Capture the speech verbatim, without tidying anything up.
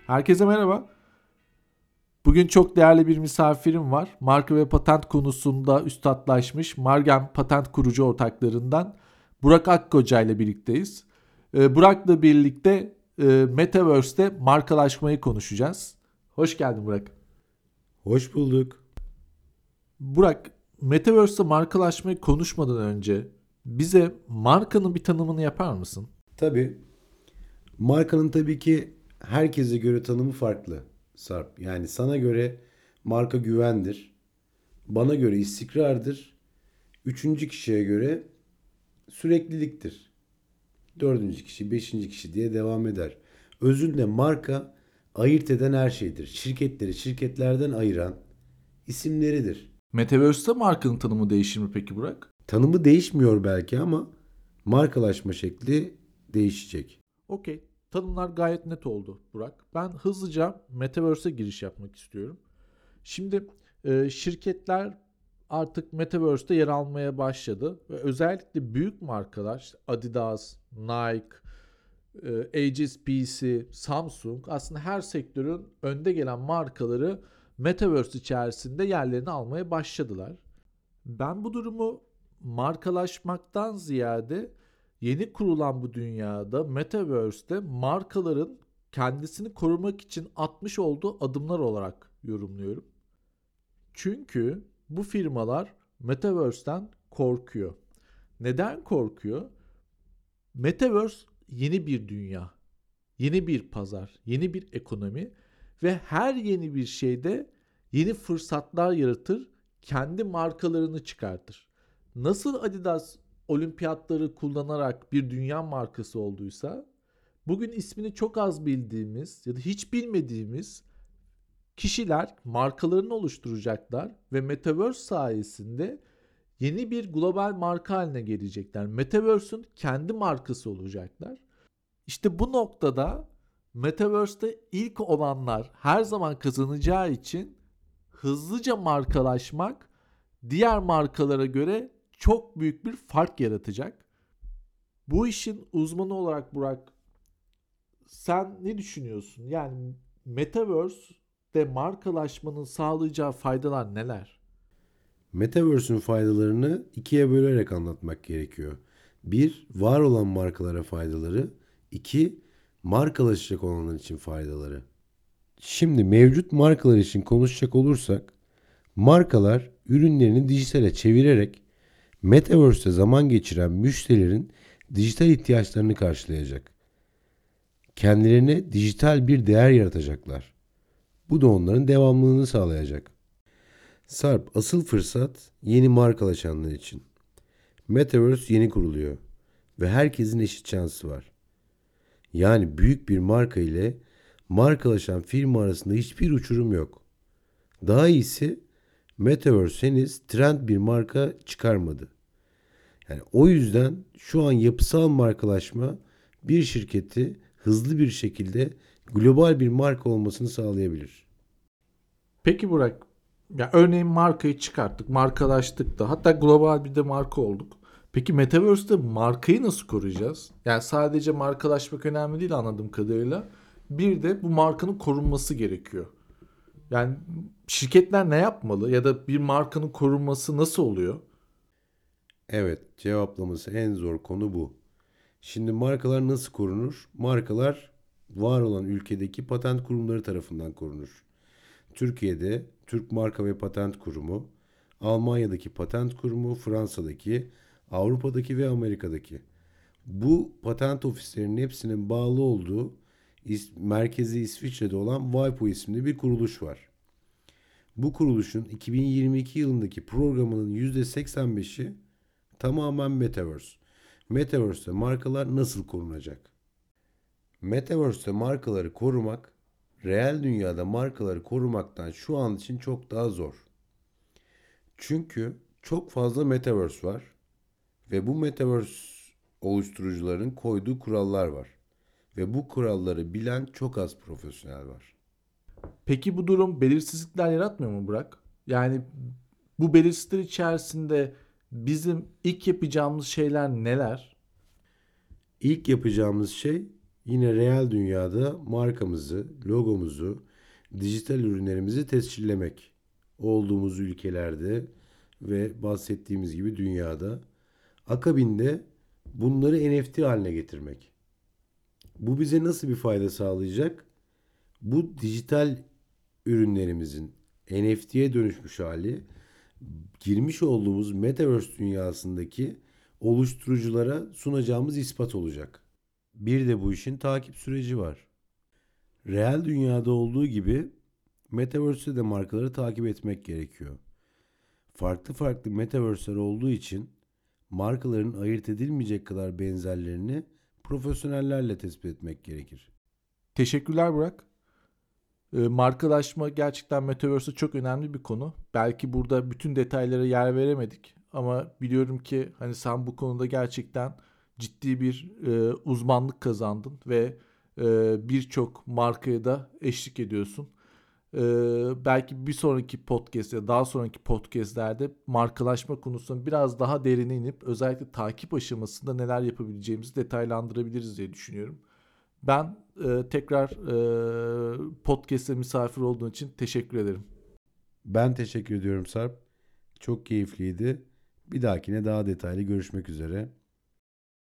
Herkese merhaba. Bugün çok değerli bir misafirim var. Marka ve patent konusunda üstatlaşmış Margen Patent kurucu ortaklarından Burak Akkoca ile birlikteyiz. Ee, Burak'la birlikte e, Metaverse'te markalaşmayı konuşacağız. Hoş geldin Burak. Hoş bulduk. Burak, Metaverse'te markalaşmayı konuşmadan önce bize markanın bir tanımını yapar mısın? Tabii markanın tabii ki herkese göre tanımı farklı Sarp. Yani sana göre marka güvendir. Bana göre istikrardır. Üçüncü kişiye göre sürekliliktir. Dördüncü kişi, beşinci kişi diye devam eder. Özünde marka ayırt eden her şeydir. Şirketleri şirketlerden ayıran isimleridir. Metaverse'te markanın tanımı değişir mi peki Burak? Tanımı değişmiyor belki ama markalaşma şekli değişecek. Okey. Tanımlar gayet net oldu Burak. Ben hızlıca Metaverse'e giriş yapmak istiyorum. Şimdi e, şirketler artık Metaverse'te yer almaya başladı. Ve özellikle büyük markalar işte Adidas, Nike, e, H S B C, Samsung aslında her sektörün önde gelen markaları Metaverse içerisinde yerlerini almaya başladılar. Ben bu durumu markalaşmaktan ziyade yeni kurulan bu dünyada Metaverse'te markaların kendisini korumak için atmış olduğu adımlar olarak yorumluyorum. Çünkü bu firmalar Metaverse'ten korkuyor. Neden korkuyor? Metaverse yeni bir dünya, yeni bir pazar, yeni bir ekonomi ve her yeni bir şeyde yeni fırsatlar yaratır, kendi markalarını çıkartır. Nasıl Adidas olimpiyatları kullanarak bir dünya markası olduysa, bugün ismini çok az bildiğimiz ya da hiç bilmediğimiz kişiler markalarını oluşturacaklar ve Metaverse sayesinde yeni bir global marka haline gelecekler. Metaverse'ün kendi markası olacaklar. İşte bu noktada Metaverse'te ilk olanlar her zaman kazanacağı için hızlıca markalaşmak diğer markalara göre çok büyük bir fark yaratacak. Bu işin uzmanı olarak Burak, sen ne düşünüyorsun? Yani Metaverse'de markalaşmanın sağlayacağı faydalar neler? Metaverse'ün faydalarını ikiye bölerek anlatmak gerekiyor. Bir, var olan markalara faydaları. İki, markalaşacak olanlar için faydaları. Şimdi mevcut markalar için konuşacak olursak, markalar ürünlerini dijitale çevirerek Metaverse'te zaman geçiren müşterilerin dijital ihtiyaçlarını karşılayacak. Kendilerine dijital bir değer yaratacaklar. Bu da onların devamlılığını sağlayacak. Sarp, asıl fırsat yeni markalaşanlar için. Metaverse yeni kuruluyor ve herkesin eşit şansı var. Yani büyük bir marka ile markalaşan firma arasında hiçbir uçurum yok. Daha iyisi Metaverse henüz trend bir marka çıkarmadı. Yani o yüzden şu an yapısal markalaşma bir şirketi hızlı bir şekilde global bir marka olmasını sağlayabilir. Peki Burak, ya örneğin markayı çıkarttık, markalaştık da hatta global bir de marka olduk. Peki Metaverse'de markayı nasıl koruyacağız? Yani sadece markalaşmak önemli değil anladığım kadarıyla. Bir de bu markanın korunması gerekiyor. Yani şirketler ne yapmalı ya da bir markanın korunması nasıl oluyor? Evet, cevaplaması en zor konu bu. Şimdi markalar nasıl korunur? Markalar var olan ülkedeki patent kurumları tarafından korunur. Türkiye'de Türk Marka ve Patent Kurumu, Almanya'daki Patent Kurumu, Fransa'daki, Avrupa'daki ve Amerika'daki. Bu patent ofislerinin hepsinin bağlı olduğu merkezi İsviçre'de olan WIPO isimli bir kuruluş var. Bu kuruluşun iki bin yirmi iki yılındaki programının yüzde seksen beşi tamamen Metaverse. Metaverse'te markalar nasıl korunacak? Metaverse'te markaları korumak, reel dünyada markaları korumaktan şu an için çok daha zor. Çünkü çok fazla Metaverse var ve bu Metaverse oluşturucuların koyduğu kurallar var. Ve bu kuralları bilen çok az profesyonel var. Peki bu durum belirsizlikler yaratmıyor mu Burak? Yani bu belirsizlikler içerisinde bizim ilk yapacağımız şeyler neler? İlk yapacağımız şey Yine reel dünyada markamızı, logomuzu, dijital ürünlerimizi tescillemek. Olduğumuz ülkelerde ve bahsettiğimiz gibi dünyada. Akabinde bunları N F T haline getirmek. Bu bize nasıl bir fayda sağlayacak? Bu dijital ürünlerimizin N F T'ye dönüşmüş hali girmiş olduğumuz Metaverse dünyasındaki oluşturuculara sunacağımız ispat olacak. Bir de bu işin takip süreci var. Reel dünyada olduğu gibi Metaverse'de de markaları takip etmek gerekiyor. Farklı farklı Metaverse'ler olduğu için markaların ayırt edilmeyecek kadar benzerlerini profesyonellerle tespit etmek gerekir. Teşekkürler Burak. E, markalaşma gerçekten Metaverse'de çok önemli bir konu. Belki burada bütün detaylara yer veremedik ama biliyorum ki hani sen bu konuda gerçekten ciddi bir e, uzmanlık kazandın ve e, birçok markaya da eşlik ediyorsun. E, belki bir sonraki podcast ya daha sonraki podcastlerde markalaşma konusunda biraz daha derine inip özellikle takip aşamasında neler yapabileceğimizi detaylandırabiliriz diye düşünüyorum. Ben e, tekrar e, podcast'e misafir olduğun için teşekkür ederim. Ben teşekkür ediyorum Sarp. Çok keyifliydi. Bir dahakine daha detaylı görüşmek üzere.